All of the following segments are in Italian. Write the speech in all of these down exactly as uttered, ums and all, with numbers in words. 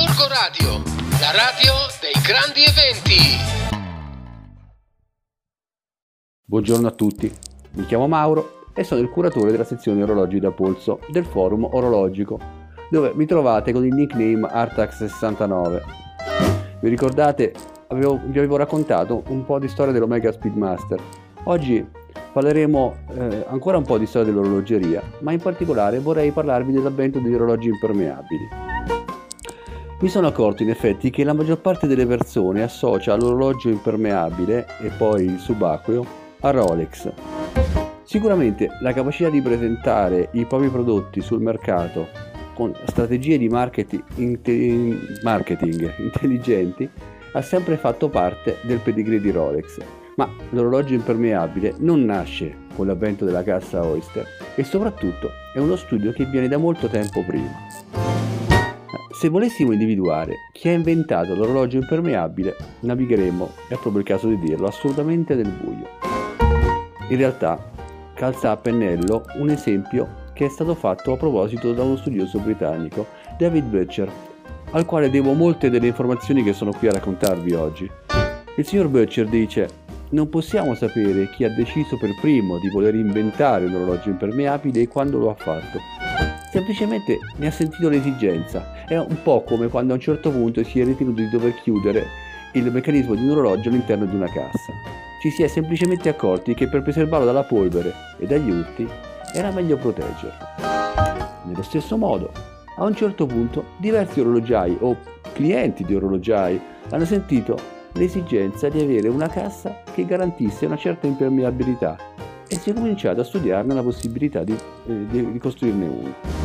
Gorgo Radio, la radio dei grandi eventi. Buongiorno a tutti, mi chiamo Mauro e sono il curatore della sezione orologi da polso del forum orologico, dove mi trovate con il nickname Artax sessantanove. Vi ricordate, avevo, vi avevo raccontato un po' di storia dell'Omega Speedmaster. Oggi parleremo eh, ancora un po' di storia dell'orologeria, ma in particolare vorrei parlarvi dell'avvento degli orologi impermeabili. Mi sono accorto in effetti che la maggior parte delle persone associa l'orologio impermeabile e poi il subacqueo a Rolex. Sicuramente la capacità di presentare i propri prodotti sul mercato con strategie di marketing, inte- marketing intelligenti ha sempre fatto parte del pedigree di Rolex. Ma l'orologio impermeabile non nasce con l'avvento della cassa Oyster e soprattutto è uno studio che viene da molto tempo prima. Se volessimo individuare chi ha inventato l'orologio impermeabile, navigheremmo, è proprio il caso di dirlo, assolutamente nel buio. In realtà calza a pennello un esempio che è stato fatto a proposito da uno studioso britannico, David Butcher, al quale devo molte delle informazioni che sono qui a raccontarvi oggi. Il signor Butcher dice: non possiamo sapere chi ha deciso per primo di voler inventare un orologio impermeabile e quando lo ha fatto. Semplicemente ne ha sentito l'esigenza. È un po' come quando a un certo punto si è ritenuto di dover chiudere il meccanismo di un orologio all'interno di una cassa. Ci si è semplicemente accorti che per preservarlo dalla polvere e dagli urti era meglio proteggerlo. Nello stesso modo, a un certo punto diversi orologiai o clienti di orologiai hanno sentito l'esigenza di avere una cassa che garantisse una certa impermeabilità e si è cominciato a studiarne la possibilità di, eh, di, di costruirne uno.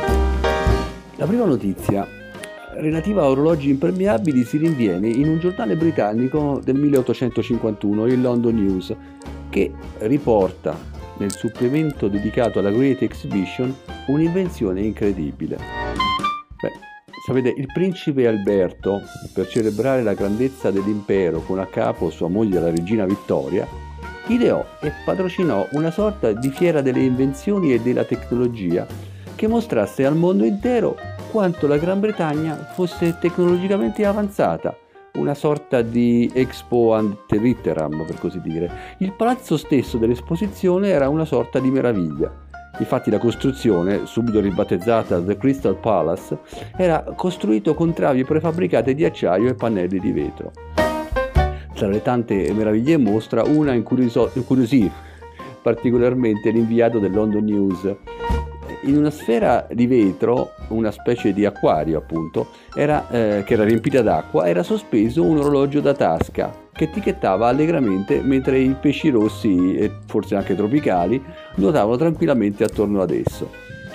La prima notizia relativa a orologi impermeabili si rinviene in un giornale britannico del milleottocentocinquantuno, il London News, che riporta nel supplemento dedicato alla Great Exhibition un'invenzione incredibile. Beh, sapete, il principe Alberto, per celebrare la grandezza dell'impero con a capo sua moglie la regina Vittoria, ideò e patrocinò una sorta di fiera delle invenzioni e della tecnologia che mostrasse al mondo intero quanto la Gran Bretagna fosse tecnologicamente avanzata, una sorta di Expo ante litteram, per così dire. Il palazzo stesso dell'esposizione era una sorta di meraviglia. Infatti la costruzione, subito ribattezzata The Crystal Palace, era costruito con travi prefabbricate di acciaio e pannelli di vetro. Tra le tante meraviglie in mostra, una incuriosì particolarmente l'inviato del London News. In una sfera di vetro, una specie di acquario appunto, era, eh, che era riempita d'acqua, era sospeso un orologio da tasca che ticchettava allegramente mentre i pesci rossi e forse anche tropicali nuotavano tranquillamente attorno ad esso.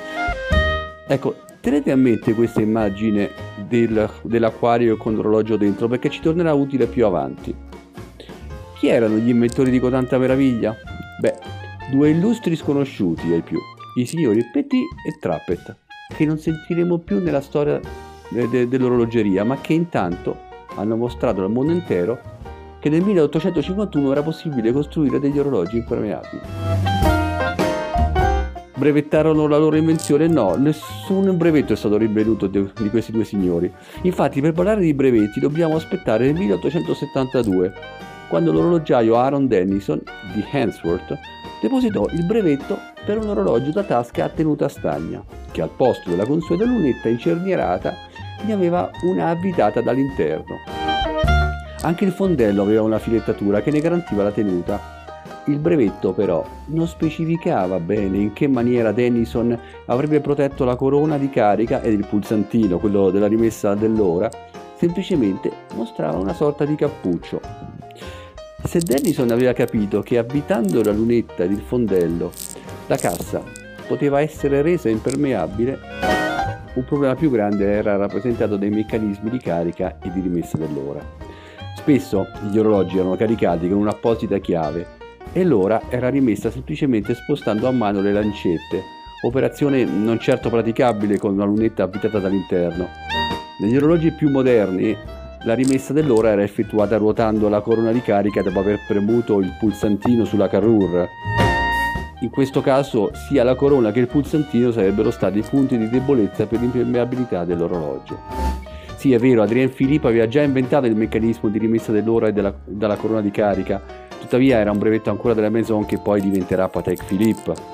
Ecco, tenete a mente questa immagine del, dell'acquario con l'orologio dentro perché ci tornerà utile più avanti. Chi erano gli inventori di cotanta meraviglia? Beh, due illustri sconosciuti ai più, i signori Petit e Trappet, che non sentiremo più nella storia de- de- dell'orologeria, ma che intanto hanno mostrato al mondo intero che nel milleottocentocinquantuno era possibile costruire degli orologi impermeabili. Brevettarono la loro invenzione? No, nessun brevetto è stato rinvenuto di, di questi due signori. Infatti, per parlare di brevetti dobbiamo aspettare il milleottocentosettantadue, quando l'orologiaio Aaron Dennison di Handsworth depositò il brevetto per un orologio da tasca a tenuta stagna, che al posto della consueta lunetta incernierata ne aveva una avvitata dall'interno. Anche il fondello aveva una filettatura che ne garantiva la tenuta. Il brevetto però non specificava bene in che maniera Dennison avrebbe protetto la corona di carica ed il pulsantino, quello della rimessa dell'ora, semplicemente mostrava una sorta di cappuccio. Se Dennison aveva capito che avvitando la lunetta ed il fondello la cassa poteva essere resa impermeabile, un problema più grande era rappresentato dai meccanismi di carica e di rimessa dell'ora. Spesso gli orologi erano caricati con un'apposita chiave e l'ora era rimessa semplicemente spostando a mano le lancette, operazione non certo praticabile con una lunetta avvitata dall'interno. Negli orologi più moderni la rimessa dell'ora era effettuata ruotando la corona di carica dopo aver premuto il pulsantino sulla carrure. In questo caso sia la corona che il pulsantino sarebbero stati punti di debolezza per l'impermeabilità dell'orologio. Sì, è vero, Adrien Philippe aveva già inventato il meccanismo di rimessa dell'ora e della, dalla corona di carica, tuttavia era un brevetto ancora della Maison che poi diventerà Patek Philippe.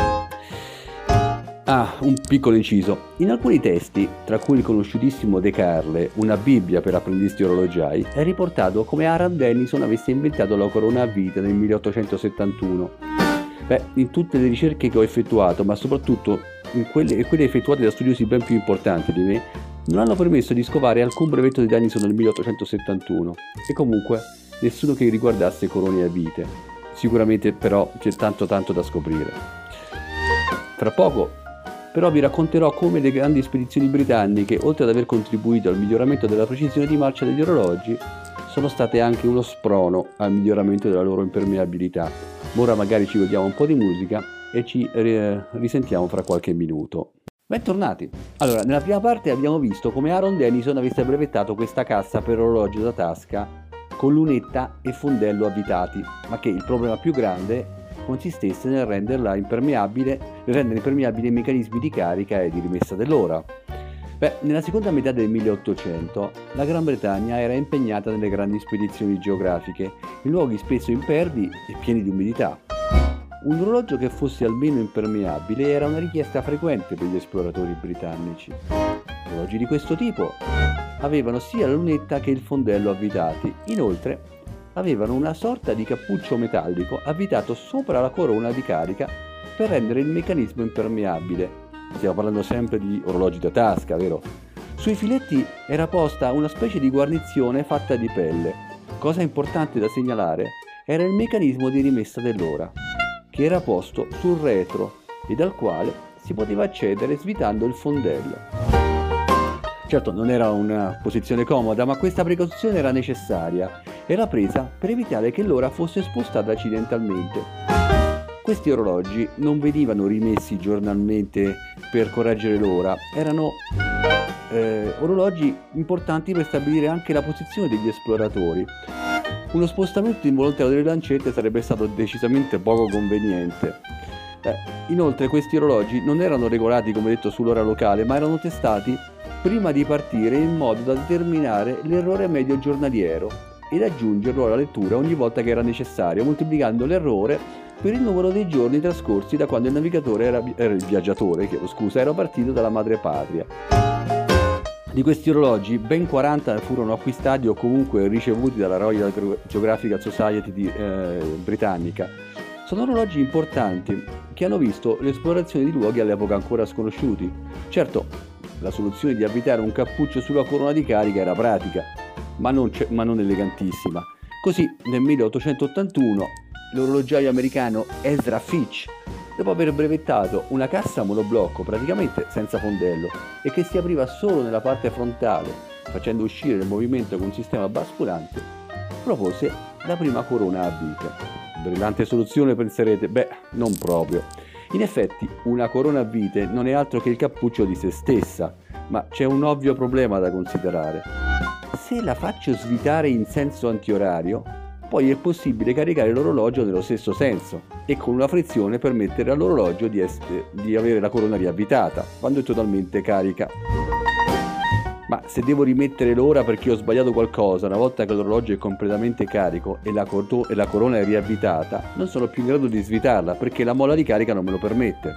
Ah, un piccolo inciso. In alcuni testi, tra cui il conosciutissimo De Carle, una Bibbia per apprendisti orologiai, è riportato come Aram Denison avesse inventato la corona a vite nel milleottocentosettantuno. Beh, in tutte le ricerche che ho effettuato, ma soprattutto in quelle, quelle effettuate da studiosi ben più importanti di me, non hanno permesso di scovare alcun brevetto di Denison nel milleottocentosettantuno, e comunque nessuno che riguardasse corone a vite. Sicuramente però c'è tanto tanto da scoprire. Tra poco però vi racconterò come le grandi spedizioni britanniche, oltre ad aver contribuito al miglioramento della precisione di marcia degli orologi, sono state anche uno sprono al miglioramento della loro impermeabilità. Ora magari ci godiamo un po' di musica e ci eh, risentiamo fra qualche minuto. Bentornati! Allora, nella prima parte abbiamo visto come Aram Denison avesse brevettato questa cassa per orologio da tasca con lunetta e fondello avvitati, ma che il problema più grande consistesse nel renderla impermeabile, nel rendere impermeabili i meccanismi di carica e di rimessa dell'ora. Beh, nella seconda metà del milleottocento la Gran Bretagna era impegnata nelle grandi spedizioni geografiche, in luoghi spesso impervi e pieni di umidità. Un orologio che fosse almeno impermeabile era una richiesta frequente per gli esploratori britannici. Orologi di questo tipo avevano sia la lunetta che il fondello avvitati. Inoltre avevano una sorta di cappuccio metallico avvitato sopra la corona di carica per rendere il meccanismo impermeabile. Stiamo parlando sempre di orologi da tasca, vero? Sui filetti era posta una specie di guarnizione fatta di pelle. Cosa importante da segnalare era il meccanismo di rimessa dell'ora, che era posto sul retro e dal quale si poteva accedere svitando il fondello. Certo, non era una posizione comoda, ma questa precauzione era necessaria. Era presa per evitare che l'ora fosse spostata accidentalmente. Questi orologi non venivano rimessi giornalmente per correggere l'ora, erano eh, orologi importanti per stabilire anche la posizione degli esploratori. Uno spostamento involontario delle lancette sarebbe stato decisamente poco conveniente. Eh, inoltre questi orologi non erano regolati, come detto, sull'ora locale, ma erano testati prima di partire in modo da determinare l'errore medio giornaliero ed aggiungerlo alla lettura ogni volta che era necessario, moltiplicando l'errore per il numero dei giorni trascorsi da quando il navigatore era, era il viaggiatore, che, scusa, era partito dalla madrepatria. Di questi orologi ben quaranta furono acquistati o comunque ricevuti dalla Royal Geographical Society di, eh, britannica. Sono orologi importanti che hanno visto l'esplorazione di luoghi all'epoca ancora sconosciuti. Certo, la soluzione di avvitare un cappuccio sulla corona di carica era pratica, ma non, ma non elegantissima. Così nel milleottocentottantuno l'orologiaio americano Ezra Fitch, dopo aver brevettato una cassa monoblocco praticamente senza fondello e che si apriva solo nella parte frontale, facendo uscire il movimento con un sistema basculante, propose la prima corona a vite. Brillante soluzione, penserete? Beh, non proprio. In effetti, una corona a vite non è altro che il cappuccio di se stessa, ma c'è un ovvio problema da considerare. Se la faccio svitare in senso antiorario, poi è possibile caricare l'orologio nello stesso senso e con una frizione permettere all'orologio di, di avere la corona riavvitata quando è totalmente carica. Ma se devo rimettere l'ora perché ho sbagliato qualcosa una volta che l'orologio è completamente carico e la, cor- e la corona è riavvitata, non sono più in grado di svitarla perché la molla di carica non me lo permette.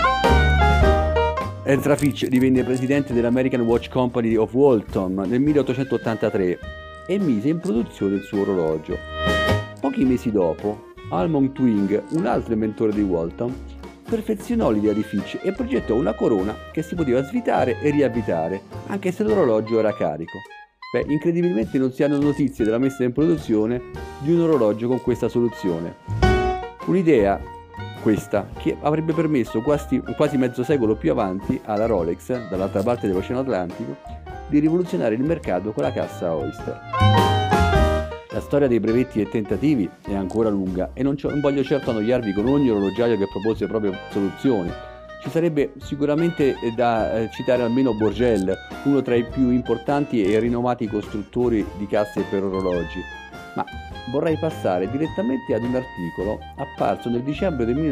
Ezra Fitch divenne presidente dell'American Watch Company of Waltham nel milleottocentottantatré e mise in produzione il suo orologio. Pochi mesi dopo, Almond Twing, un altro inventore di Waltham, perfezionò l'idea di Fitch e progettò una corona che si poteva svitare e riavvitare, anche se l'orologio era carico. Beh, incredibilmente non si hanno notizie della messa in produzione di un orologio con questa soluzione. Un'idea, questa, che avrebbe permesso quasi, quasi mezzo secolo più avanti alla Rolex, dall'altra parte dell'Oceano Atlantico, di rivoluzionare il mercato con la cassa Oyster. La storia dei brevetti e tentativi è ancora lunga e non, non voglio certo annoiarvi con ogni orologiaio che propose proprie soluzioni. Ci sarebbe sicuramente da eh, citare almeno Bourgel, uno tra i più importanti e rinomati costruttori di casse per orologi, ma vorrei passare direttamente ad un articolo apparso nel dicembre del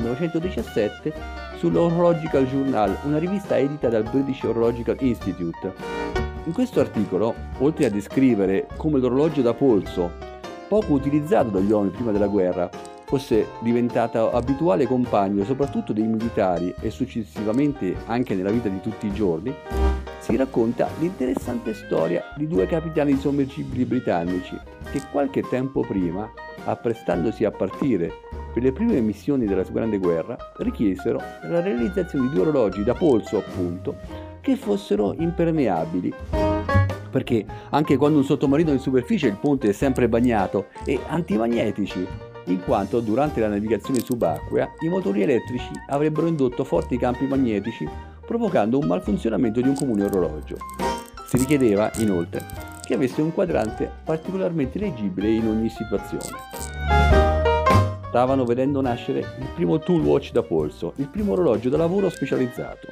millenovecentodiciassette sull'Horological Journal, una rivista edita dal British Horological Institute. In questo articolo, oltre a descrivere come l'orologio da polso, poco utilizzato dagli uomini prima della guerra, fosse diventato abituale compagno soprattutto dei militari e successivamente anche nella vita di tutti i giorni, si racconta l'interessante storia di due capitani di sommergibili britannici che qualche tempo prima, apprestandosi a partire per le prime missioni della Grande Guerra, richiesero la realizzazione di due orologi da polso, appunto, che fossero impermeabili, perché anche quando un sottomarino è in superficie il ponte è sempre bagnato, e antimagnetici, in quanto durante la navigazione subacquea i motori elettrici avrebbero indotto forti campi magnetici, provocando un malfunzionamento di un comune orologio. Si richiedeva, inoltre, che avesse un quadrante particolarmente leggibile in ogni situazione. Stavano vedendo nascere il primo tool watch da polso, il primo orologio da lavoro specializzato.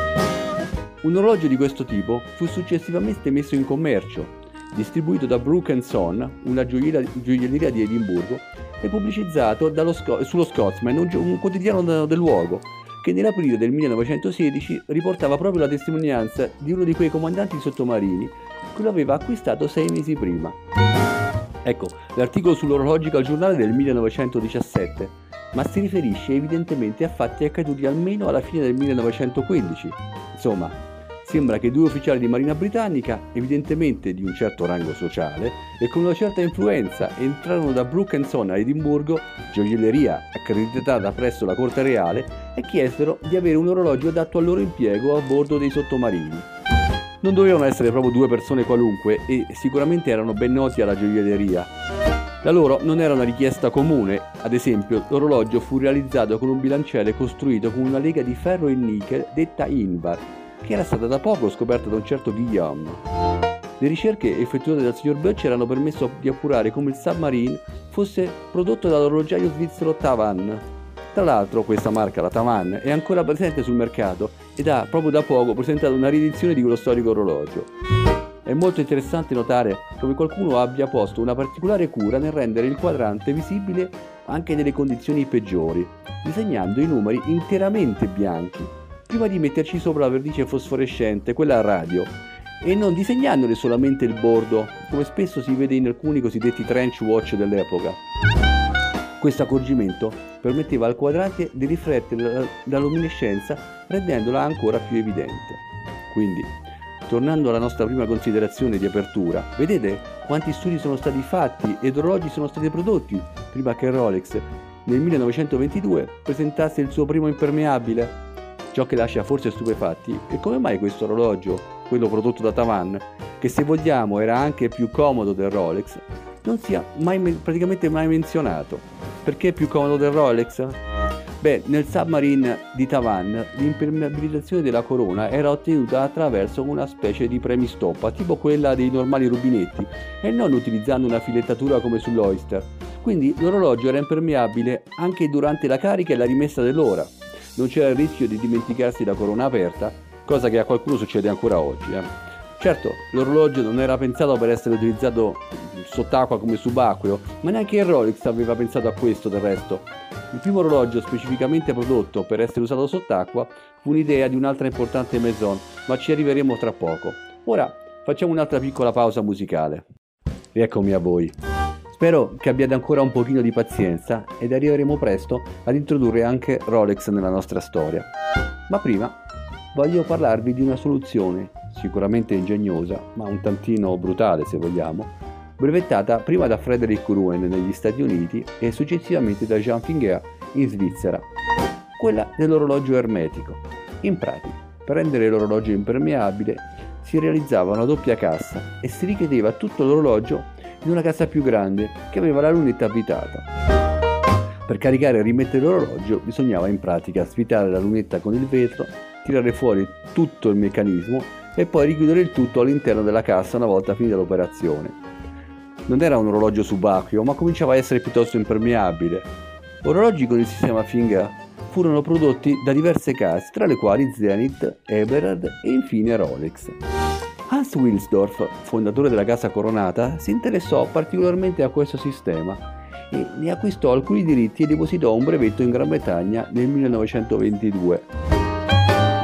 Un orologio di questo tipo fu successivamente messo in commercio, distribuito da Brooke and Son, una gioielleria di Edimburgo, e pubblicizzato dallo Sco- sullo Scotsman, un, un quotidiano del luogo, che nell'aprile del millenovecentosedici riportava proprio la testimonianza di uno di quei comandanti sottomarini che lo aveva acquistato sei mesi prima. Ecco, l'articolo sull'orologico al giornale del millenovecentodiciassette, ma si riferisce evidentemente a fatti accaduti almeno alla fine del millenovecentoquindici. Insomma, sembra che due ufficiali di Marina britannica, evidentemente di un certo rango sociale e con una certa influenza, entrarono da Brooke and Son a Edimburgo, gioielleria accreditata presso la corte reale, e chiesero di avere un orologio adatto al loro impiego a bordo dei sottomarini. Non dovevano essere proprio due persone qualunque e sicuramente erano ben noti alla gioielleria. La loro non era una richiesta comune, ad esempio l'orologio fu realizzato con un bilanciere costruito con una lega di ferro e nickel detta Invar, che era stata da poco scoperta da un certo Guillaume. Le ricerche effettuate dal signor Butcher hanno permesso di appurare come il Submarine fosse prodotto dall'orologiaio svizzero Tavan. Tra l'altro questa marca, la Tavan, è ancora presente sul mercato ed ha proprio da poco presentato una riedizione di quello storico orologio. È molto interessante notare come qualcuno abbia posto una particolare cura nel rendere il quadrante visibile anche nelle condizioni peggiori, disegnando i numeri interamente bianchi, prima di metterci sopra la vernice fosforescente, quella a radio, e non disegnandone solamente il bordo, come spesso si vede in alcuni cosiddetti trench watch dell'epoca. Questo accorgimento permetteva al quadrante di riflettere la luminescenza, rendendola ancora più evidente. Quindi, tornando alla nostra prima considerazione di apertura, vedete quanti studi sono stati fatti ed orologi sono stati prodotti prima che Rolex nel millenovecentoventidue presentasse il suo primo impermeabile? Ciò che lascia forse stupefatti è come mai questo orologio, quello prodotto da Tavan, che se vogliamo era anche più comodo del Rolex, non sia mai, praticamente mai menzionato. Perché è più comodo del Rolex? Beh, nel Submarine di Tavan l'impermeabilizzazione della corona era ottenuta attraverso una specie di premistoppa, tipo quella dei normali rubinetti, e non utilizzando una filettatura come sull'Oyster. Quindi l'orologio era impermeabile anche durante la carica e la rimessa dell'ora. Non c'era il rischio di dimenticarsi la corona aperta, cosa che a qualcuno succede ancora oggi. Eh. Certo, l'orologio non era pensato per essere utilizzato sott'acqua come subacqueo, ma neanche il Rolex aveva pensato a questo del resto. Il primo orologio specificamente prodotto per essere usato sott'acqua fu un'idea di un'altra importante maison, ma ci arriveremo tra poco. Ora facciamo un'altra piccola pausa musicale. Rieccomi a voi. Spero che abbiate ancora un pochino di pazienza ed arriveremo presto ad introdurre anche Rolex nella nostra storia. Ma prima voglio parlarvi di una soluzione sicuramente ingegnosa, ma un tantino brutale se vogliamo, brevettata prima da Frederick Gruen negli Stati Uniti e successivamente da Jean Finguet in Svizzera, quella dell'orologio ermetico. In pratica, per rendere l'orologio impermeabile si realizzava una doppia cassa e si richiedeva tutto l'orologio in una cassa più grande che aveva la lunetta avvitata. Per caricare e rimettere l'orologio bisognava in pratica svitare la lunetta con il vetro, tirare fuori tutto il meccanismo e poi richiudere il tutto all'interno della cassa una volta finita l'operazione. Non era un orologio subacqueo, ma cominciava a essere piuttosto impermeabile. Orologi con il sistema Finguet furono prodotti da diverse case, tra le quali Zenith, Eberhard e infine Rolex. Hans Wilsdorf, fondatore della casa coronata, si interessò particolarmente a questo sistema e ne acquistò alcuni diritti e depositò un brevetto in Gran Bretagna nel millenovecentoventidue.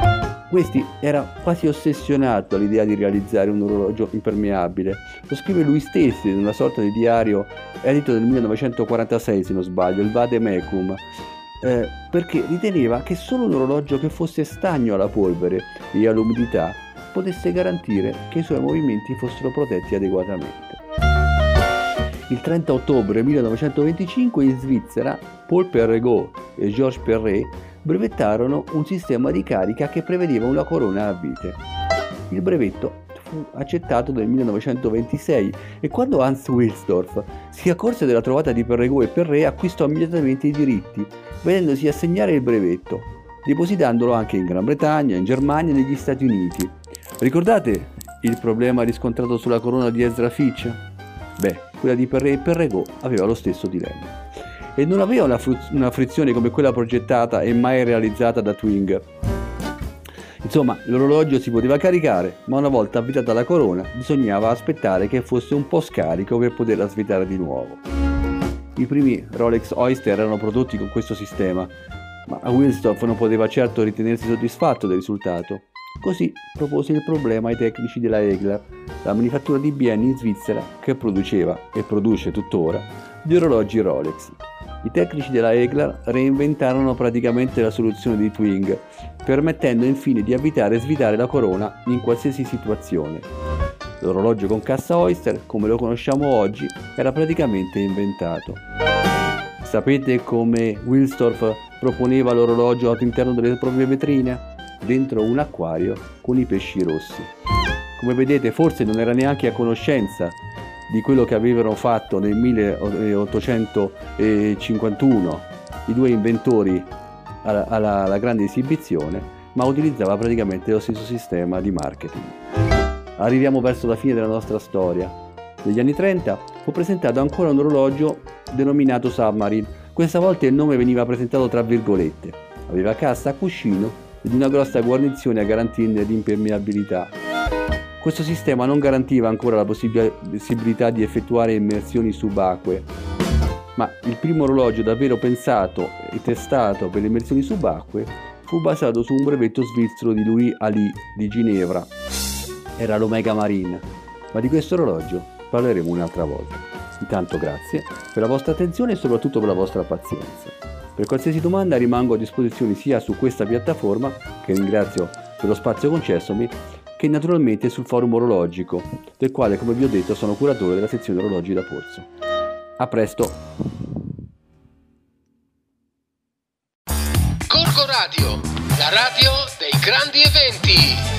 Questi era quasi ossessionato dall'idea di realizzare un orologio impermeabile. Lo scrive lui stesso in una sorta di diario edito nel millenovecentoquarantasei, se non sbaglio, il Vade Mecum, eh, perché riteneva che solo un orologio che fosse stagno alla polvere e all'umidità potesse garantire che i suoi movimenti fossero protetti adeguatamente. Il trenta ottobre millenovecentoventicinque in Svizzera Paul Perregaux e Georges Perret brevettarono un sistema di carica che prevedeva una corona a vite. Il brevetto fu accettato nel millenovecentoventisei e quando Hans Wilsdorf si accorse della trovata di Perregaux e Perret acquistò immediatamente i diritti, vedendosi assegnare il brevetto, depositandolo anche in Gran Bretagna, in Germania e negli Stati Uniti. Ricordate il problema riscontrato sulla corona di Ezra Fitch? Beh, quella di Perret e Perregaux aveva lo stesso dilemma. E non aveva una, fru- una frizione come quella progettata e mai realizzata da Twing. Insomma, l'orologio si poteva caricare, ma una volta avvitata la corona bisognava aspettare che fosse un po' scarico per poterla svitare di nuovo. I primi Rolex Oyster erano prodotti con questo sistema, ma Wilsdorf non poteva certo ritenersi soddisfatto del risultato. Così propose il problema ai tecnici della Egler, la manifattura di Bienne in Svizzera che produceva e produce tuttora gli orologi Rolex. I tecnici della Egler reinventarono praticamente la soluzione di Twing, permettendo infine di avvitare e svitare la corona in qualsiasi situazione. L'orologio con cassa Oyster, come lo conosciamo oggi, era praticamente inventato. Sapete come Wilsdorf proponeva l'orologio all'interno delle proprie vetrine? Dentro un acquario con i pesci rossi. Come vedete, forse non era neanche a conoscenza di quello che avevano fatto nel milleottocentocinquantuno i due inventori alla, alla, alla grande esibizione, ma utilizzava praticamente lo stesso sistema di marketing. Arriviamo verso la fine della nostra storia. Negli anni trenta fu presentato ancora un orologio denominato Submarine. Questa volta il nome veniva presentato tra virgolette. Aveva cassa a cuscino ed una grossa guarnizione a garantirne l'impermeabilità. Questo sistema non garantiva ancora la possibilità di effettuare immersioni subacquee, ma il primo orologio davvero pensato e testato per le immersioni subacquee fu basato su un brevetto svizzero di Louis Ali di Ginevra. Era l'Omega Marine, ma di questo orologio parleremo un'altra volta. Intanto grazie per la vostra attenzione e soprattutto per la vostra pazienza. Per qualsiasi domanda rimango a disposizione sia su questa piattaforma, che ringrazio per lo spazio concessomi, che naturalmente sul forum orologico, del quale, come vi ho detto, sono curatore della sezione orologi da polso. A presto! Gorgo Radio, la radio dei grandi eventi.